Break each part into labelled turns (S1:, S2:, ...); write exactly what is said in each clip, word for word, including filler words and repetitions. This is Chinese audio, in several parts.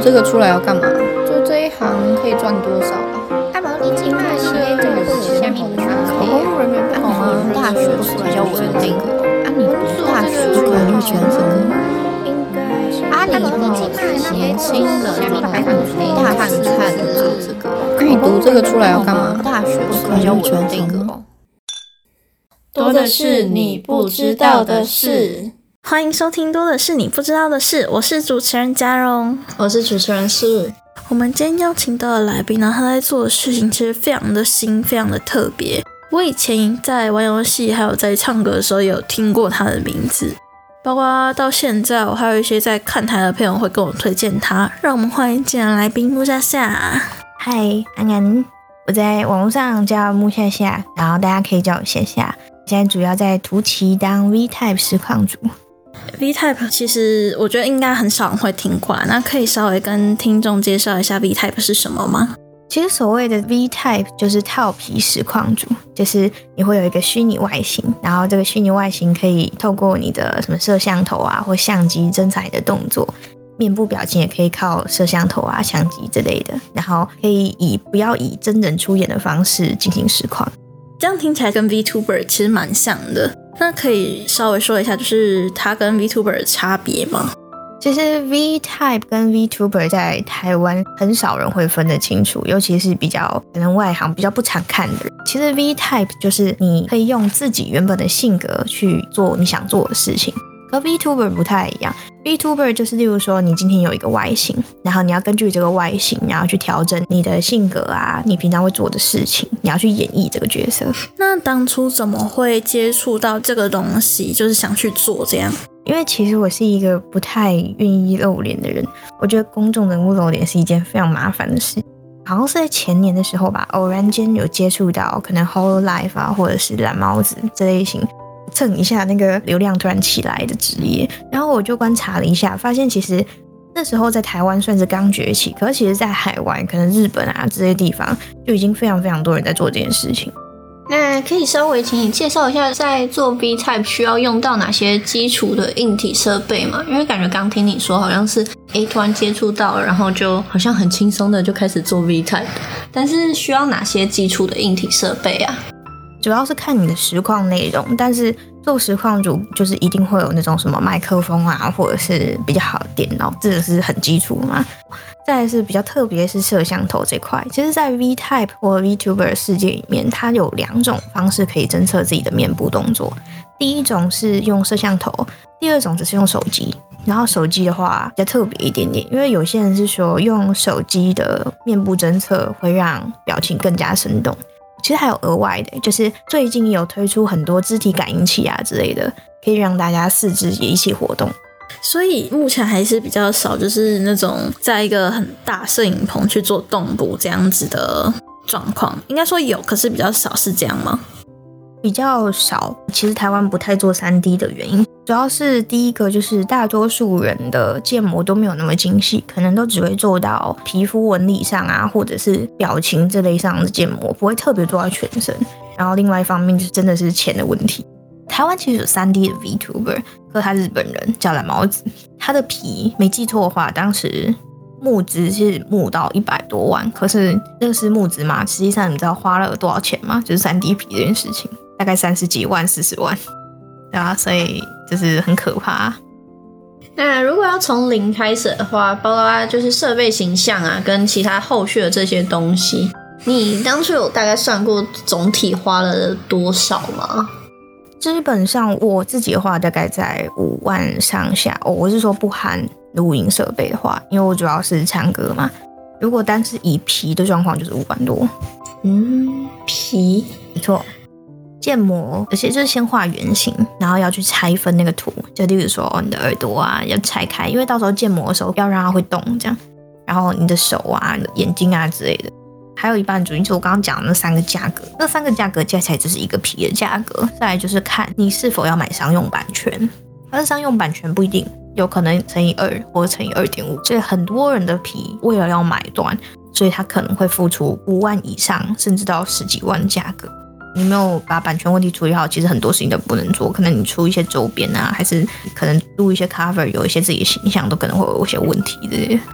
S1: 这个出来要干嘛？做这一行可以赚多少啊？
S2: 阿毛你今麦是这个是下面的
S1: 考公务人员办
S2: 哦，大学不是比较稳定啊？你大学可能就选择阿里哦，年轻人大看看做这个，
S1: 你读这个出来要干嘛？
S2: 大学不是比较稳定哦。
S3: 多的是你不知道的事。
S4: 欢迎收听多的是你不知道的事，我是主持人嘉荣，
S3: 我是主持人诗雨。
S4: 我们今天邀请到的来宾呢，他在做的事情其实非常的新，非常的特别。我以前在玩游戏还有在唱歌的时候有听过他的名字，包括到现在我还有一些在看台的朋友会跟我推荐他。让我们欢迎今天的来宾木夏夏。
S2: 嗨，安安，我在网络上叫木夏夏，然后大家可以叫我夏夏。现在主要在图奇当 V-Type 实况主。
S4: V-Type 其实我觉得应该很少人会听过啦，那可以稍微跟听众介绍一下 V-Type 是什么吗？
S2: 其实所谓的 V-Type 就是套皮实况主，就是你会有一个虚拟外形，然后这个虚拟外形可以透过你的什么摄像头啊或相机侦查你的动作，面部表情也可以靠摄像头啊相机之类的，然后可以以不要以真人出演的方式进行实况。
S4: 这样听起来跟 VTuber 其实蛮像的，那可以稍微说一下就是它跟 VTuber 的差别吗？
S2: 其实 V-Type 跟 VTuber 在台湾很少人会分得清楚，尤其是比较可能外行比较不常看的人。其实 V-Type 就是你可以用自己原本的性格去做你想做的事情，和 VTuber 不太一样。VTuber 就是例如说你今天有一个外形，然后你要根据这个外形然后去调整你的性格啊，你平常会做的事情，你要去演绎这个角色。
S4: 那当初怎么会接触到这个东西，就是想去做这样？
S2: 因为其实我是一个不太愿意露脸的人，我觉得公众人物露脸是一件非常麻烦的事。好像是在前年的时候吧，偶然间有接触到可能 Hololive 啊或者是蓝帽子这类型蹭一下那个流量突然起来的职业，然后我就观察了一下，发现其实那时候在台湾算是刚崛起，可是其实在海外可能日本啊这些地方就已经非常非常多人在做这件事情。
S3: 那可以稍微请你介绍一下在做 V-Type 需要用到哪些基础的硬体设备吗？因为感觉刚听你说好像是诶突然接触到了，然后就好像很轻松的就开始做 V-Type， 但是需要哪些基础的硬体设备啊？
S2: 主要是看你的实况内容，但是做实况主就是一定会有那种什么麦克风啊，或者是比较好的电脑，这个是很基础嘛。再来是比较特别是摄像头这块，其实在 V-Type 或 VTuber 的世界里面，它有两种方式可以侦测自己的面部动作。第一种是用摄像头，第二种只是用手机。然后手机的话比较特别一点点，因为有些人是说用手机的面部侦测会让表情更加生动。其实还有额外的，就是最近有推出很多肢体感应器啊之类的，可以让大家四肢也一起活动。
S4: 所以目前还是比较少，就是那种在一个很大摄影棚去做动捕这样子的状况。应该说有，可是比较少，是这样吗？
S2: 比较少。其实台湾不太做 三 D 的原因，主要是第一个就是大多数人的建模都没有那么精细，可能都只会做到皮肤纹理上啊，或者是表情这类上的建模，不会特别做到全身。然后另外一方面就真的是钱的问题。台湾其实有 三 D 的 VTuber， 可是他日本人叫蓝帽子，他的皮没记错的话，当时募资是募到一百多万，可是那个是募资嘛，实际上你知道花了多少钱吗？就是 三 D 皮这件事情，大概三十几万、四十万，对啊，所以就是很可怕。
S3: 那如果要从零开始的话，包括就是设备形象啊，跟其他后续的这些东西，你当初有大概算过总体花了多少吗？
S2: 基本上我自己的话大概在五万上下、哦、我是说不含录音设备的话，因为我主要是唱歌嘛。如果单是以皮的状况就是五万多。
S3: 嗯，皮
S2: 没错，建模，而且就是先画原型，然后要去拆分那个图，就例如说、哦、你的耳朵啊要拆开，因为到时候建模的时候要让它会动这样，然后你的手啊、你的眼睛啊之类的。还有一半主因就是我刚刚讲的那三个价格，那三个价格加起来就是一个皮的价格。再来就是看你是否要买商用版权，但是商用版权不一定，有可能乘以二或者乘以 二点五， 所以很多人的皮为了要买断，所以他可能会付出五万以上甚至到十几万的价格。你没有把版权问题处理好，其实很多事情都不能做，可能你出一些周边啊，还是可能录一些 cover， 有一些自己的形象都可能会有一些问题的。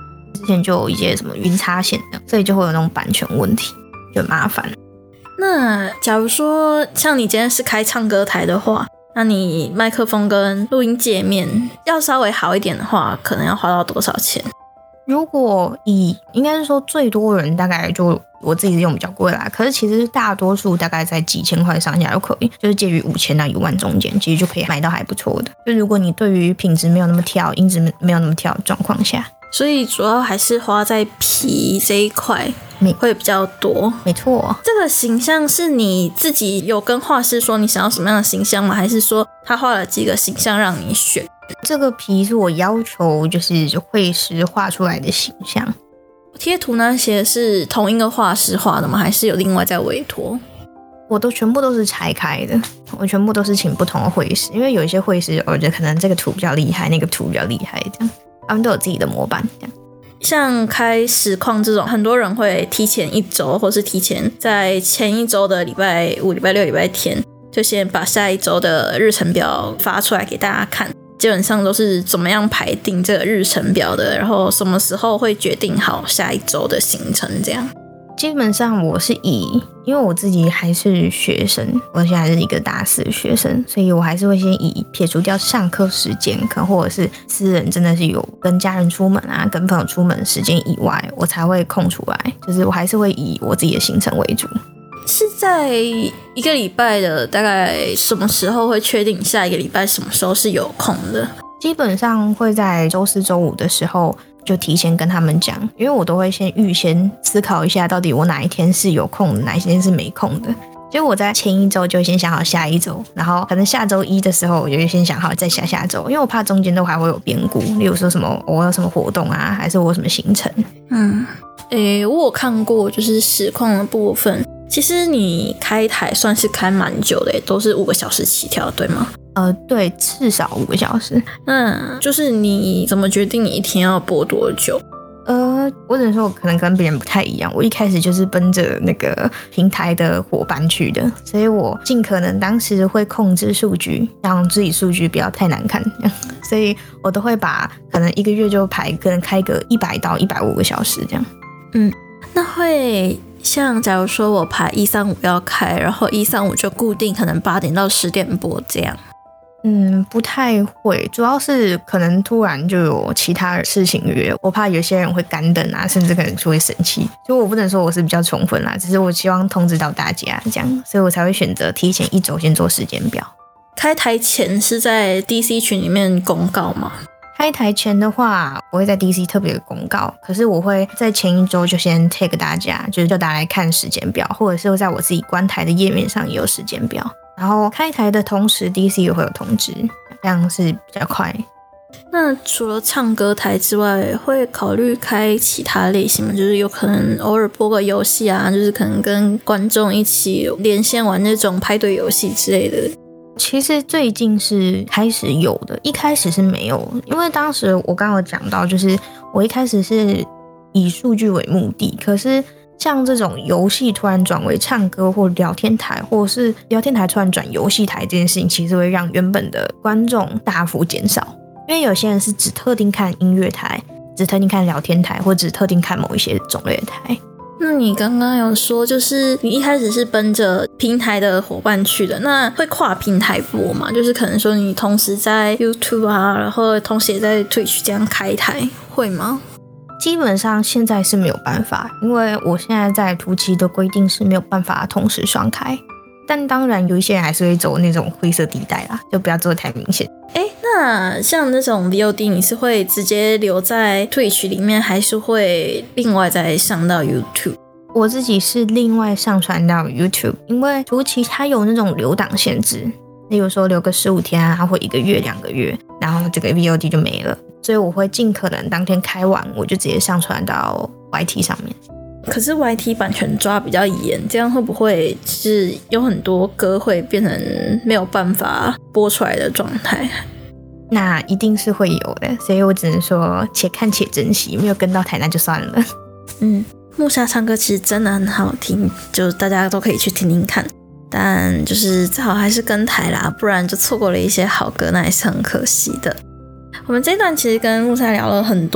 S2: 前就有一些什么云插线的，所以就会有那种版权问题，就很麻烦。
S4: 那假如说像你今天是开唱歌台的话，那你麦克风跟录音界面要稍微好一点的话，可能要花到多少钱？
S2: 如果以应该是说最多人大概就我自己是用比较贵啦，可是其实大多数大概在几千块上下就可以，就是介于五千到一万中间，其实就可以买到还不错的。就如果你对于品质没有那么挑，音质没有那么挑的状况下，
S4: 所以主要还是花在皮这一块会比较多。
S2: 没错。
S4: 这个形象是你自己有跟画师说你想要什么样的形象吗？还是说他画了几个形象让你选？
S2: 这个皮是我要求就是绘师画出来的形象。
S4: 贴图那些是同一个画师画的吗？还是有另外在委托？
S2: 我都全部都是拆开的，我全部都是请不同的绘师，因为有一些绘师我觉得可能这个图比较厉害，那个图比较厉害，这样他们都有自己的模板这样。
S4: 像开实况这种，很多人会提前一周，或是提前在前一周的礼拜五、礼拜六、礼拜天，就先把下一周的日程表发出来给大家看。基本上都是怎么样排定这个日程表的，然后什么时候会决定好下一周的行程这样。
S2: 基本上我是以，因为我自己还是学生，我现在是一个大四的学生，所以我还是会先以撇除掉上课时间，可能或者是私人真的是有跟家人出门啊、跟朋友出门的时间以外，我才会空出来，就是我还是会以我自己的行程为主。
S4: 是在一个礼拜的大概什么时候会确定下一个礼拜什么时候是有空的？
S2: 基本上会在周四周五的时候就提前跟他们讲，因为我都会先预先思考一下到底我哪一天是有空的，哪一天是没空的，所以我在前一周就先想好下一周，然后可能下周一的时候我就先想好再下下周，因为我怕中间都还会有变故，例如说什么我有什么活动啊，还是我有什么行程。
S4: 嗯，诶，我有看过就是实况的部分，其实你开台算是开蛮久的，都是五个小时起跳，对吗？
S2: 呃，对，至少五个小时。
S4: 那就是你怎么决定你一天要播多久？
S2: 呃，我只能说我可能跟别人不太一样，我一开始就是奔着那个平台的伙伴去的，所以我尽可能当时会控制数据，让自己数据不要太难看，所以我都会把可能一个月就排，可能开个一百到一百五个小时这样。
S4: 嗯，那会像假如说我排一三五要开，然后一三五就固定可能八点到十点播这样。
S2: 嗯，不太会，主要是可能突然就有其他事情约，我怕有些人会干等啊，甚至可能就会生气，所以我不能说我是比较充分啦，只是我希望通知到大家这样，所以我才会选择提前一周先做时间表。
S4: 开台前是在 D C 群里面公告吗？
S2: 开台前的话，我会在 D C 特别的公告，可是我会在前一周就先 tag 大家，就是叫大家来看时间表，或者是在我自己关台的页面上也有时间表。然后开台的同时 D C 也会有通知，这样是比较快。
S4: 那除了唱歌台之外，会考虑开其他类型吗？就是有可能偶尔播个游戏啊，就是可能跟观众一起连线玩那种派对游戏之类的。
S2: 其实最近是开始有的，一开始是没有，因为当时我刚刚有讲到，就是我一开始是以数据为目的，可是像这种游戏突然转为唱歌或聊天台，或者是聊天台突然转游戏台这件事情，其实会让原本的观众大幅减少。因为有些人是只特定看音乐台，只特定看聊天台，或者只特定看某一些种类的台。
S4: 那你刚刚有说，就是你一开始是奔着平台的伙伴去的，那会跨平台播吗？就是可能说你同时在 YouTube 啊，然后同时也在 Twitch 这样开台，会吗？
S2: 基本上现在是没有办法，因为我现在在图奇的规定是没有办法同时双开，但当然有一些人还是会走那种灰色地带啦，就不要做得太明显。
S4: 哎，那像那种 V O D 你是会直接留在 Twitch 里面，还是会另外再上到 YouTube？
S2: 我自己是另外上传到 YouTube， 因为图奇它有那种留档限制，例如说留个十五天啊，或一个月、两个月，然后这个 V O D 就没了。所以我会尽可能当天开完，我就直接上传到 Y T 上面。
S4: 可是 Y T 版权抓比较严，这样会不会是有很多歌会变成没有办法播出来的状态？
S2: 那一定是会有的，所以我只能说且看且珍惜，没有跟到台那就算了。
S4: 嗯，木下唱歌其实真的很好听，就大家都可以去听听看，但就是最好还是跟台啦，不然就错过了一些好歌，那也是很可惜的。我们这一段其实跟木下聊了很多，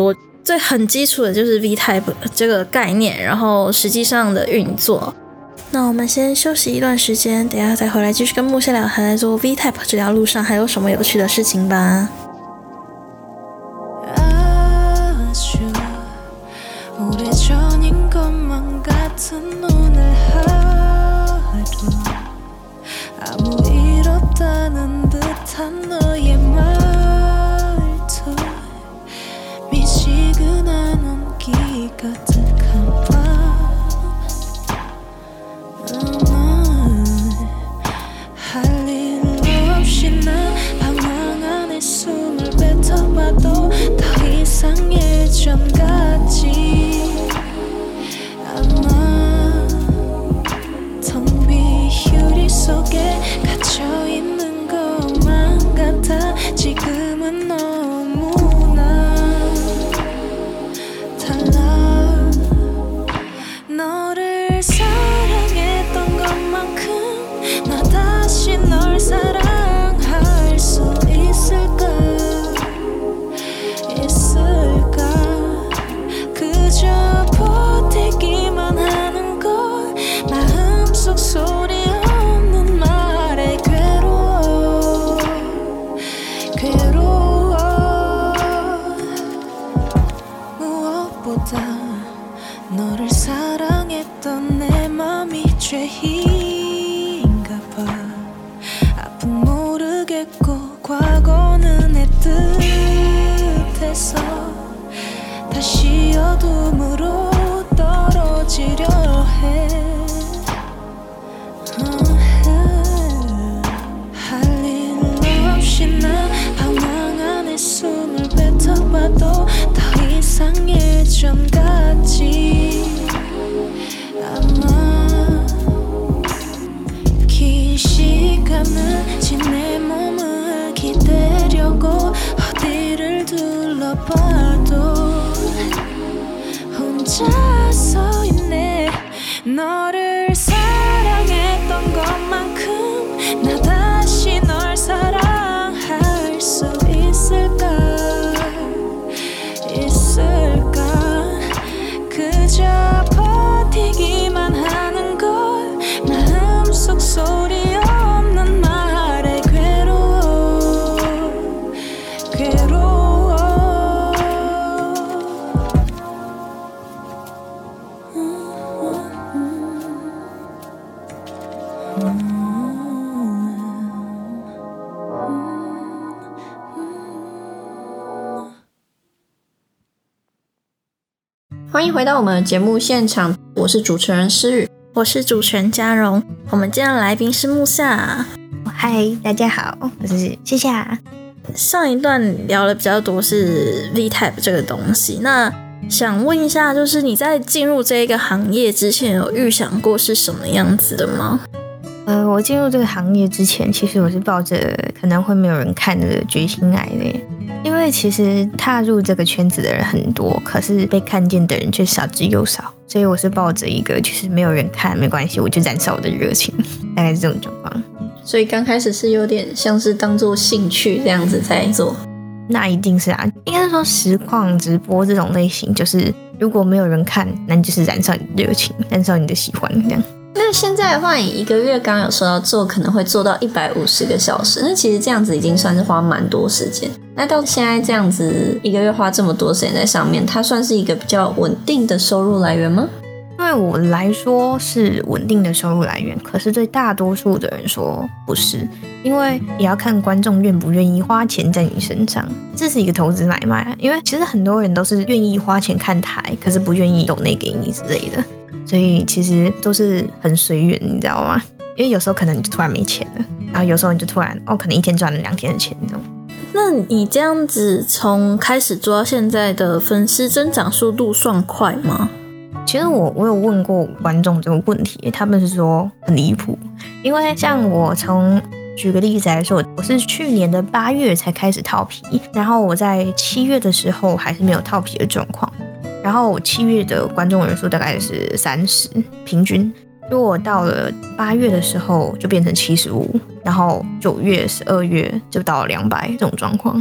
S4: 最很基础的就是 V-Type 这个概念，然后实际上的运作。那我们先休息一段时间，等一下再回来继续跟木谢聊还在做 V-Type 这条路上还有什么有趣的事情吧。
S3: 欢迎回到我们的节目现场，我是主持人诗雨，
S4: 我是主持人嘉荣。我们今天的来宾是木夏。
S2: 嗨，大家好，我是谢夏。
S4: 上一段聊的比较多是 V-Type 这个东西，那想问一下，就是你在进入这个行业之前，有预想过是什么样子的吗？
S2: 呃，我进入这个行业之前，其实我是抱着可能会没有人看的决心来的。因为其实踏入这个圈子的人很多，可是被看见的人却少之又少，所以我是抱着一个就是没有人看没关系，我就燃烧我的热情，大概是这种状况。
S3: 所以刚开始是有点像是当做兴趣这样子在做。
S2: 那一定是啊，应该说实况直播这种类型，就是如果没有人看，那就是燃烧你的热情，燃烧你的喜欢这样。
S3: 那现在的话，你一个月刚有说到做，可能会做到一百五十个小时，那其实这样子已经算是花蛮多时间。那到现在这样子一个月花这么多时间在上面，它算是一个比较稳定的收入来源吗？
S2: 对我来说是稳定的收入来源，可是对大多数的人说不是，因为也要看观众愿不愿意花钱在你身上，这是一个投资买卖。因为其实很多人都是愿意花钱看台，可是不愿意抖内给你之类的，所以其实都是很随缘，你知道吗？因为有时候可能你就突然没钱了，然后有时候你就突然哦，可能一天赚了两天的钱这种。
S4: 那你这样子从开始做到现在的粉丝增长速度算快吗？
S2: 其实我我有问过观众这个问题，他们是说很离谱。因为像我从举个例子来说，我是去年的八月才开始套皮，然后我在七月的时候还是没有套皮的状况，然后我七月的观众人数大概是三十平均，如果到了八月的时候就变成七十五，然后九月、十二月就到了两百这种状况。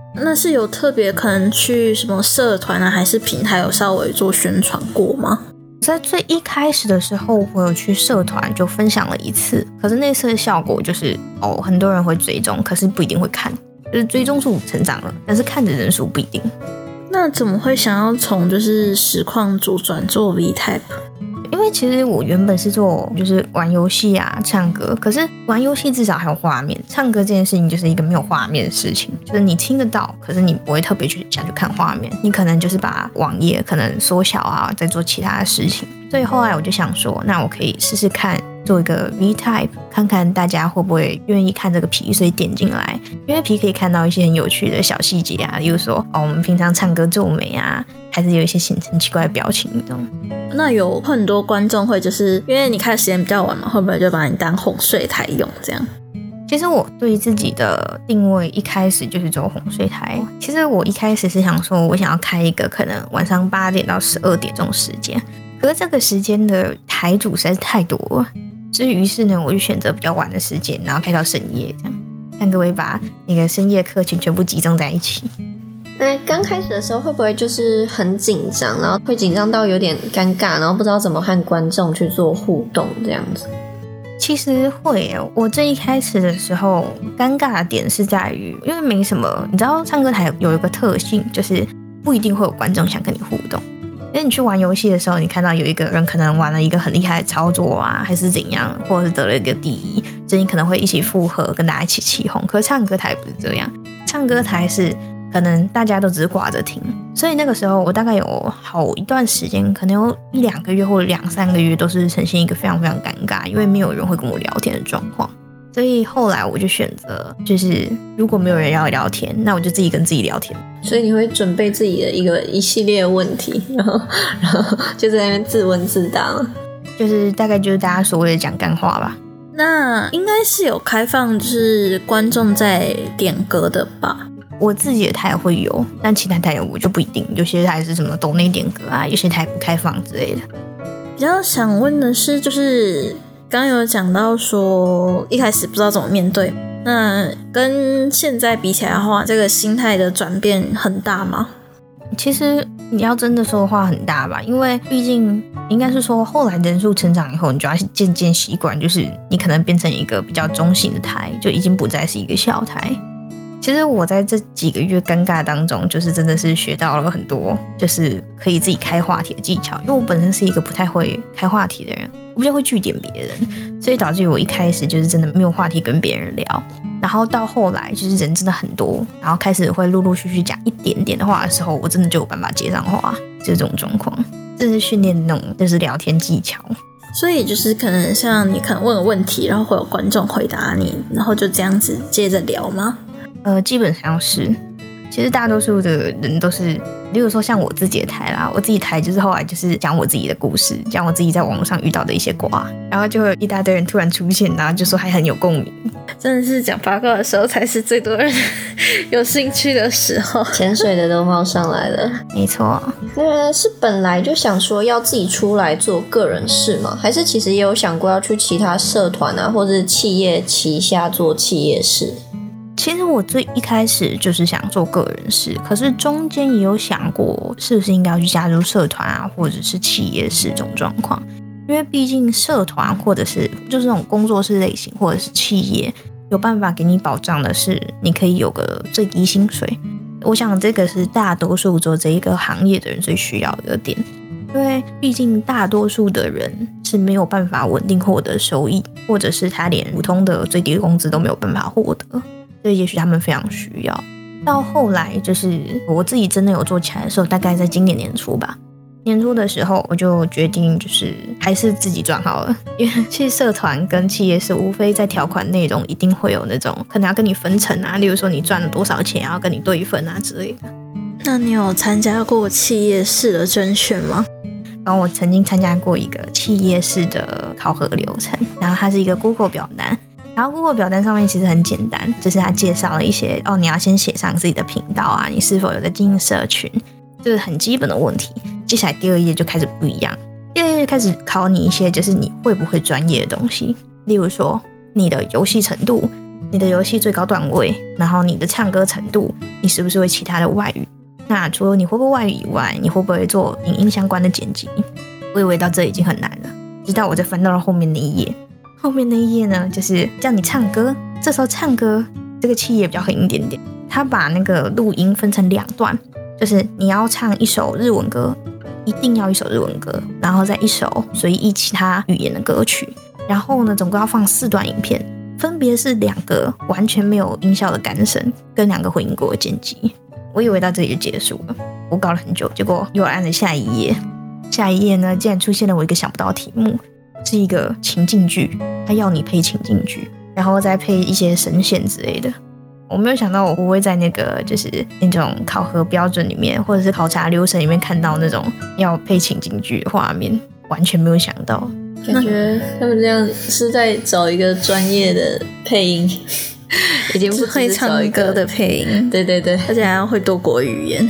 S4: 那是有特别可能去什么社团啊，还是平台有稍微做宣传过吗？
S2: 在最一开始的时候，我有去社团就分享了一次，可是那次的效果就是哦，很多人会追踪，可是不一定会看，就是追踪数成长了，但是看的人数不一定。
S4: 那怎么会想要从就是实况组转做 V-Type？
S2: 因为其实我原本是做就是玩游戏啊、唱歌，可是玩游戏至少还有画面，唱歌这件事情就是一个没有画面的事情，就是你听得到，可是你不会特别去想去看画面，你可能就是把网页可能缩小啊，再做其他的事情。所以后来我就想说，那我可以试试看做一个 V-Type， 看看大家会不会愿意看这个P，所以点进来，因为P可以看到一些很有趣的小细节啊，例如说哦，我们平常唱歌皱眉啊，还是有一些很奇怪的表情那种。
S4: 那有很多观众会就是因为你开的时间比较晚嘛，会不会就把你当哄睡台用这样？
S2: 其实我对自己的定位一开始就是走哄睡台。其实我一开始是想说，我想要开一个可能晚上八点到十二点这种时间，可是这个时间的台主实在是太多了，所以于是呢，我就选择比较晚的时间，然后开到深夜这样，看各位把那个深夜客群全部集中在一起。
S3: 那刚开始的时候会不会就是很紧张，然后会紧张到有点尴尬，然后不知道怎么和观众去做互动这样子？
S2: 其实会耶，我最一开始的时候尴尬的点是在于，因为没什么，你知道唱歌台有一个特性，就是不一定会有观众想跟你互动。因为你去玩游戏的时候，你看到有一个人可能玩了一个很厉害的操作啊，还是怎样，或者是得了一个第一，所以你可能会一起附和，跟大家一起起哄。可是唱歌台不是这样，唱歌台是可能大家都只是挂着听，所以那个时候我大概有好一段时间，可能有一两个月或者两三个月都是呈现一个非常非常尴尬，因为没有人会跟我聊天的状况。所以后来我就选择，就是如果没有人要聊天，那我就自己跟自己聊天。
S3: 所以你会准备自己的一个一系列的问题，然后然后就在那边自问自答了，
S2: 就是大概就是大家所谓的讲干话吧。
S4: 那应该是有开放就是观众在点歌的吧？
S2: 我自己的台会有，但其他台我就不一定，有些台是什么抖内点歌啊，有些台不开放之类的。
S4: 比较想问的是，就是刚刚有讲到说一开始不知道怎么面对，那跟现在比起来的话，这个心态的转变很大吗？
S2: 其实你要真的说的话很大吧，因为毕竟应该是说后来人数成长以后，你就要渐渐习惯，就是你可能变成一个比较中型的台，就已经不再是一个小台。其实我在这几个月尴尬当中，就是真的是学到了很多，就是可以自己开话题的技巧。因为我本身是一个不太会开话题的人，我比较会句点别人，所以导致于我一开始就是真的没有话题跟别人聊。然后到后来就是人真的很多，然后开始会陆陆续续讲一点点的话的时候，我真的就有办法接上话，这种状况。这是训练那种就是聊天技巧。
S4: 所以就是可能像你可能问个问题，然后会有观众回答你，然后就这样子接着聊吗？
S2: 呃，基本上是，其实大多数的人都是，例如说像我自己的台啦，我自己台就是后来就是讲我自己的故事，讲我自己在网络上遇到的一些瓜，然后就会有一大堆人突然出现，然后就说还很有共鸣。
S4: 真的是讲八卦的时候才是最多人有兴趣的时候，
S3: 潜水的都冒上来了。
S2: 没错。
S3: 那是本来就想说要自己出来做个人事吗？还是其实也有想过要去其他社团啊，或者是企业旗下做企业事？
S2: 其实我最一开始就是想做个人事，可是中间也有想过是不是应该要去加入社团啊，或者是企业事这种状况。因为毕竟社团或者是就是那种工作室类型或者是企业，有办法给你保障的是你可以有个最低薪水。我想这个是大多数做这一个行业的人最需要的点，因为毕竟大多数的人是没有办法稳定获得收益，或者是他连普通的最低工资都没有办法获得，所以也许他们非常需要。到后来就是我自己真的有做起来的时候，大概在今年年初吧，年初的时候我就决定就是还是自己赚好了，因为其实社团跟企业是无非在条款内容一定会有那种可能要跟你分成啊，例如说你赚了多少钱要跟你对分啊之类的。
S4: 那你有参加过企业式的甄选吗？
S2: 然后我曾经参加过一个企业式的考核流程，然后它是一个 Google 表单，然后 Google 表单上面其实很简单，就是它介绍了一些哦，你要先写上自己的频道啊，你是否有在经营社群，就是很基本的问题。接下来第二页就开始不一样，第二页就开始考你一些就是你会不会专业的东西，例如说你的游戏程度， 你的游戏最高段位，然后你的唱歌程度，你是不是会其他的外语？那除了你会不会外语以外，你会不会做影音相关的剪辑？我以为到这已经很难了，直到我再翻到了后面那一页。后面那一页呢，就是叫你唱歌。这时候唱歌这个企业比较狠一点点，他把那个录音分成两段，就是你要唱一首日文歌，一定要一首日文歌，然后再一首随意其他语言的歌曲。然后呢，总共要放四段影片，分别是两个完全没有音效的干声，跟两个回音过的剪辑。我以为到这里就结束了，我搞了很久，结果又按了下一页。下一页呢，竟然出现了我一个想不到的题目，是一个情境剧，他要你配情境剧，然后再配一些声线之类的。我没有想到我不会在那个就是那种考核标准里面，或者是考察流程里面看到那种要配情境剧的画面，完全没有想到。
S3: 感觉他们这样是在找一个专业的配音，已经不
S4: 会唱歌的配音，
S3: 对对对，
S4: 而且还会多国语言。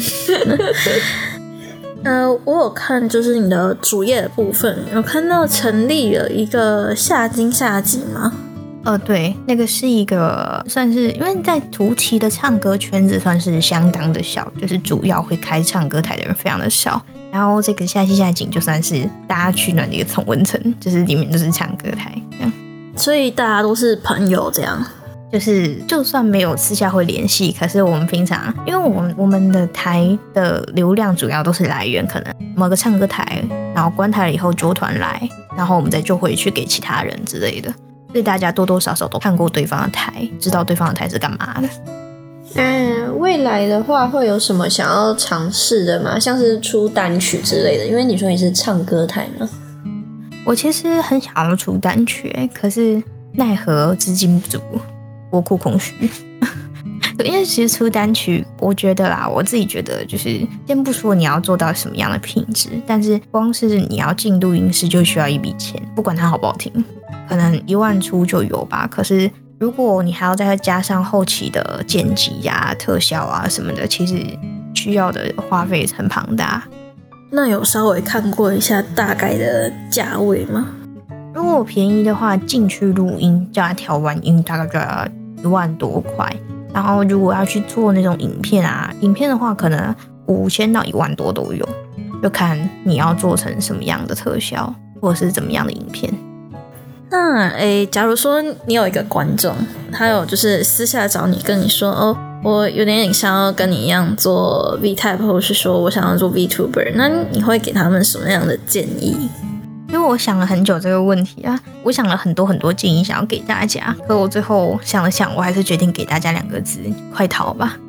S4: 呃，我有看就是你的主页的部分，有看到成立了一个下金下集吗？
S2: 呃，对，那个是一个算是因为在图奇的唱歌圈子算是相当的小，就是主要会开唱歌台的人非常的少。然后这个下戏下井就算是大家取暖的一个同温层，就是里面都是唱歌台这样，
S4: 所以大家都是朋友这样。
S2: 就是就算没有私下会联系，可是我们平常，因为我们我们的台的流量主要都是来源可能某个唱歌台，然后关台了以后揪团来，然后我们再就回去给其他人之类的，所以大家多多少少都看过对方的台，知道对方的台是干嘛的。
S3: 嗯，未来的话会有什么想要尝试的吗？像是出单曲之类的，因为你说你是唱歌台嘛。
S2: 我其实很想要出单曲，可是奈何资金不足，国库空虚。因为其实出单曲，我觉得啦，我自己觉得就是先不说你要做到什么样的品质，但是光是你要进录音室就需要一笔钱，不管它好不好听，可能一万出就有吧。可是如果你还要再加上后期的剪辑呀、特效啊什么的，其实需要的花费很庞大。
S4: 那有稍微看过一下大概的价位吗？
S2: 如果便宜的话，进去录音加调完音大概就要一万多块。然后如果要去做那种影片啊，影片的话可能五千到一万多都有，就看你要做成什么样的特效，或者是怎么样的影片。
S4: 那诶，假如说你有一个观众，他有就是私下找你跟你说，哦，我有点想要跟你一样做 V-Type， 或是说我想要做 VTuber， 那你会给他们什么样的建议？
S2: 因为我想了很久这个问题啊，我想了很多很多建议想要给大家，可我最后想了想，我还是决定给大家两个字：快逃吧。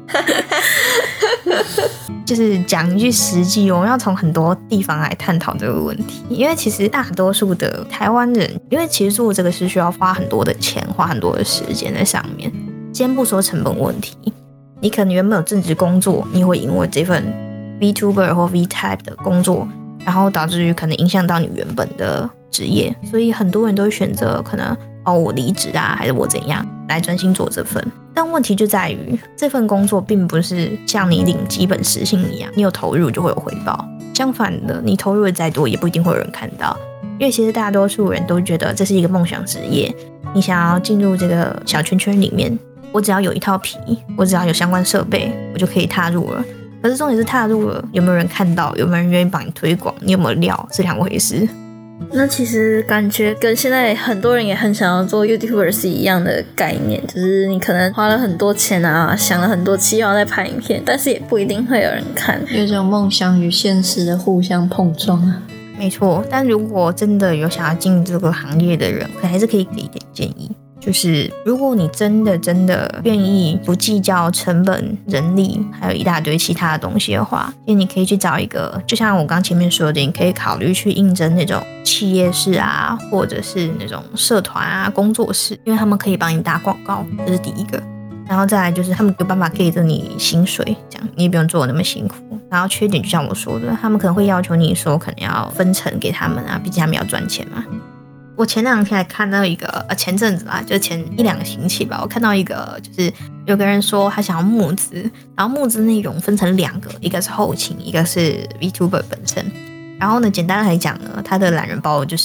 S2: 就是讲一句实际，我们要从很多地方来探讨这个问题。因为其实大多数的台湾人，因为其实做这个是需要花很多的钱，花很多的时间在上面。先不说成本问题，你可能原本有正职工作，你会因为这份 VTuber 或 V-Type 的工作，然后导致于可能影响到你原本的职业，所以很多人都会选择可能哦我离职啊，还是我怎样来专心做这份。但问题就在于这份工作并不是像你领基本时薪一样，你有投入就会有回报。相反的，你投入的再多也不一定会有人看到，因为其实大多数人都觉得这是一个梦想职业，你想要进入这个小圈圈里面，我只要有一套皮，我只要有相关设备，我就可以踏入了。可是重点是踏入了，有没有人看到，有没有人愿意帮你推广，你有没有料，是两回事。
S4: 那其实感觉跟现在很多人也很想要做 YouTuber 是一样的概念，就是你可能花了很多钱啊，想了很多计划在拍影片，但是也不一定会有人看，
S3: 有一种梦想与现实的互相碰撞啊。
S2: 没错，但如果真的有想要进这个行业的人，还是可以给一点建议。就是如果你真的真的愿意不计较成本、人力，还有一大堆其他的东西的话，其实你可以去找一个，就像我刚前面说的，你可以考虑去应征那种企业室啊，或者是那种社团啊、工作室，因为他们可以帮你打广告，这是第一个。然后再来就是他们有办法给着你薪水，这样你也不用做那么辛苦。然后缺点就像我说的，他们可能会要求你说可能要分成给他们啊，毕竟他们要赚钱嘛。我前两天还看到一个，呃，前阵子啦，就前一两个星期吧，我看到一个，就是有个人说他想要募资，然后募资内容分成两个，一个是后勤，一个是 VTuber 本身。然后呢，简单来讲呢，他的懒人包就是我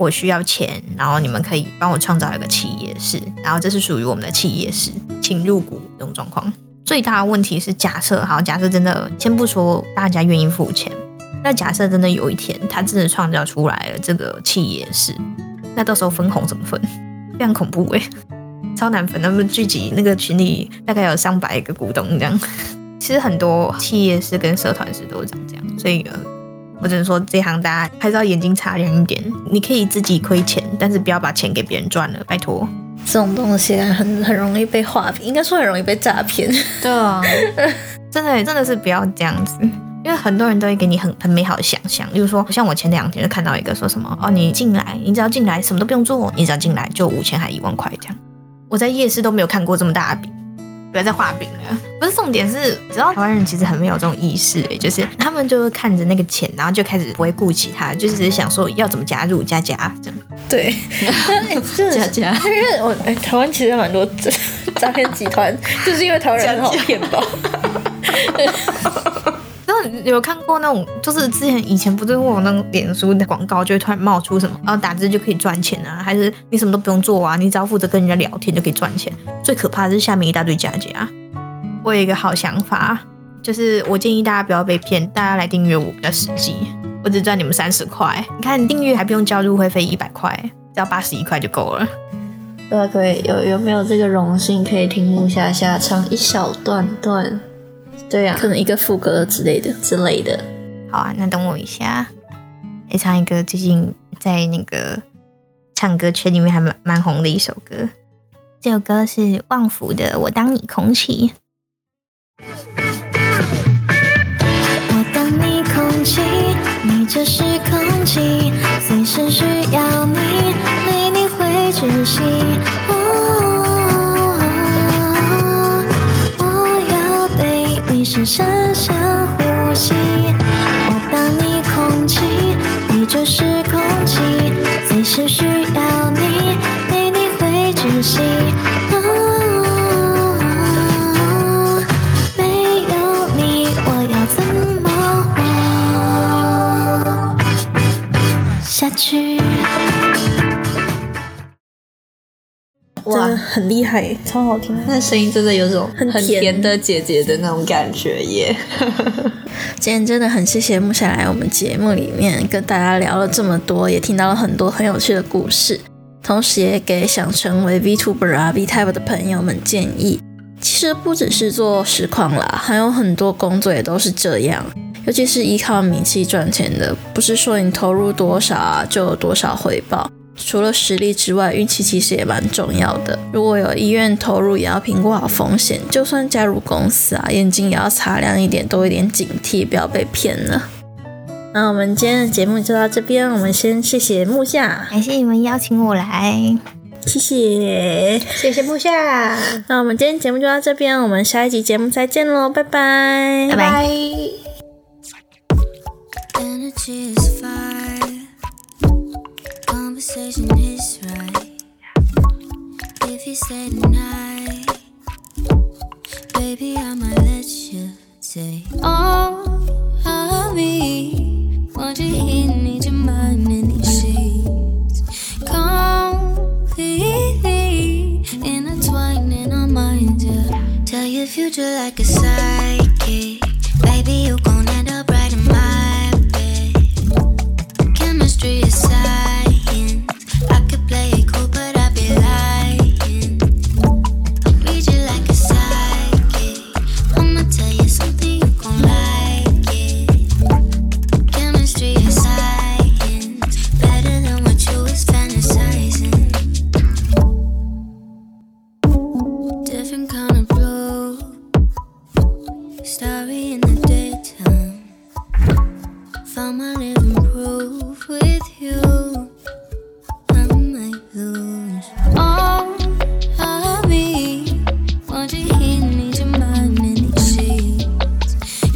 S2: 我需要钱，然后你们可以帮我创造一个企业室，然后这是属于我们的企业室，请入股这种状况。最大的问题是假设，好，假设真的先不说大家愿意付钱，那假设真的有一天他真的创造出来了这个企业室，那到时候分红怎么分？非常恐怖哎、欸，超难分。他们聚集那个群里大概有上百个股东这样。其实很多企业室跟社团式都是长这样，所以、呃、我只能说这行大家还是要眼睛擦亮一点。你可以自己亏钱，但是不要把钱给别人赚了，拜托。
S4: 这种东西很很容易被画皮，应该说很容易被诈骗。
S3: 对啊，
S2: 真的真的是不要这样子，因为很多人都会给你很很美好的想象。例如说，像我前两天就看到一个说什么哦，你进来，你只要进来什么都不用做，你只要进来就五千还一万块这样。我在夜市都没有看过这么大的饼。不要再画饼了，不是重点是，知道台湾人其实很没有这种意识、欸，就是他们就会看着那个钱，然后就开始不会顾及他，就只是想说要怎么加入加加这样。
S4: 对，
S3: 加加，
S4: 因为我哎，台湾其实蛮多诈骗集团，就是因为台湾人很好骗吧。
S2: 然后有看过那种，就是之前以前不是会有那种脸书的广告，就会突然冒出什么，然后打字就可以赚钱啊，还是你什么都不用做啊，你只要负责跟人家聊天就可以赚钱。最可怕的是下面一大堆加加。我有一个好想法，就是我建议大家不要被骗，大家来订阅我比较实际，我只赚你们三十块。你看你订阅还不用交入会费一百块，只要八十一块就够了。
S3: 对啊，可以有有没有这个荣幸可以听木下下唱一小段段？对啊，
S4: 可能一个副歌之类的
S3: 之类的。
S2: 好啊，那等我一下，来唱一个最近在那个唱歌圈里面还蛮蛮红的一首歌。这首歌是旺福的《我当你空气》。
S5: 我当你空气，你就是空气，随时需要你，没你会窒息。哦是深深呼吸，我当你空气，你就是空气，随时需要你，没你会窒息。哦，没有你，我要怎么活下去？
S4: 哇，真的很厉害，超好听。
S3: 那声音真的有种
S4: 很甜
S3: 很甜的姐姐的那种感觉耶。
S4: 今天真的很谢谢木下来我们节目里面跟大家聊了这么多，也听到了很多很有趣的故事，同时也给想成为 VTuber 啊 V-Type 的朋友们建议。其实不只是做实况啦，还有很多工作也都是这样，尤其是依靠名气赚钱的，不是说你投入多少啊就有多少回报。除了实力之外，运气其实也蛮重要的。如果有意愿投入，也要评估好风险。就算加入公司啊，眼睛也要擦亮一点，多一点警惕，不要被骗了。那我们今天的节目就到这边，我们先谢谢木下，
S2: 感谢你们邀请我来，
S4: 谢谢，
S3: 谢谢木下。
S4: 那我们今天节目就到这边，我们下一集节目再见喽，拜拜，
S2: 拜拜。
S5: Conversation is right. If you stay tonight, baby, I might let you say all of me. Want you here, need your mind in these sheets. Completely intertwined in our minds, yeah. Tell your future like a psychic. Baby, you gon' end up right in my bed. Chemistry is science. I could play it cool, but I'd be lying. I'll read you like a psychic. I'ma tell you something, you gon' like it. Chemistry is science, better than what you was fantasizing. Different kind of blue, starry in the daytime. Found my living proof with you. All of me, want you here, need your mind in these sheets.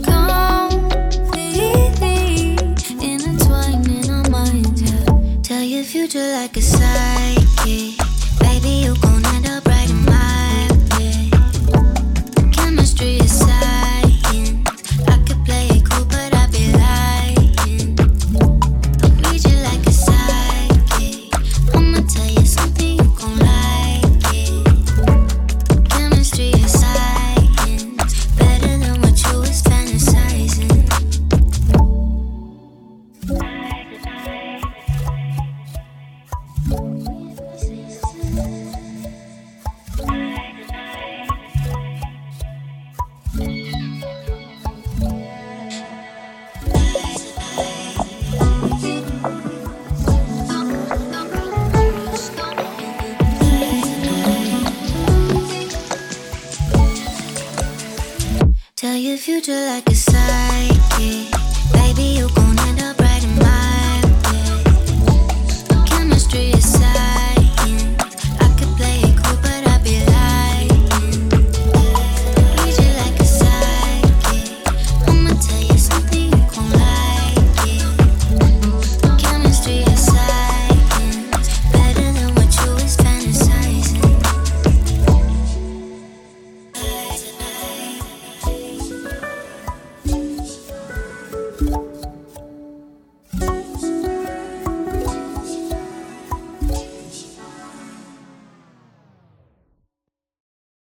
S5: Completely intertwined in our minds, yeah. Tell your future like a psychic. Baby, you gon' end up right in my bed. Chemistry is science. I could play it cool, but I'd be lying. I'll read you like a psychic. future like a psychic. Baby, you gon' end up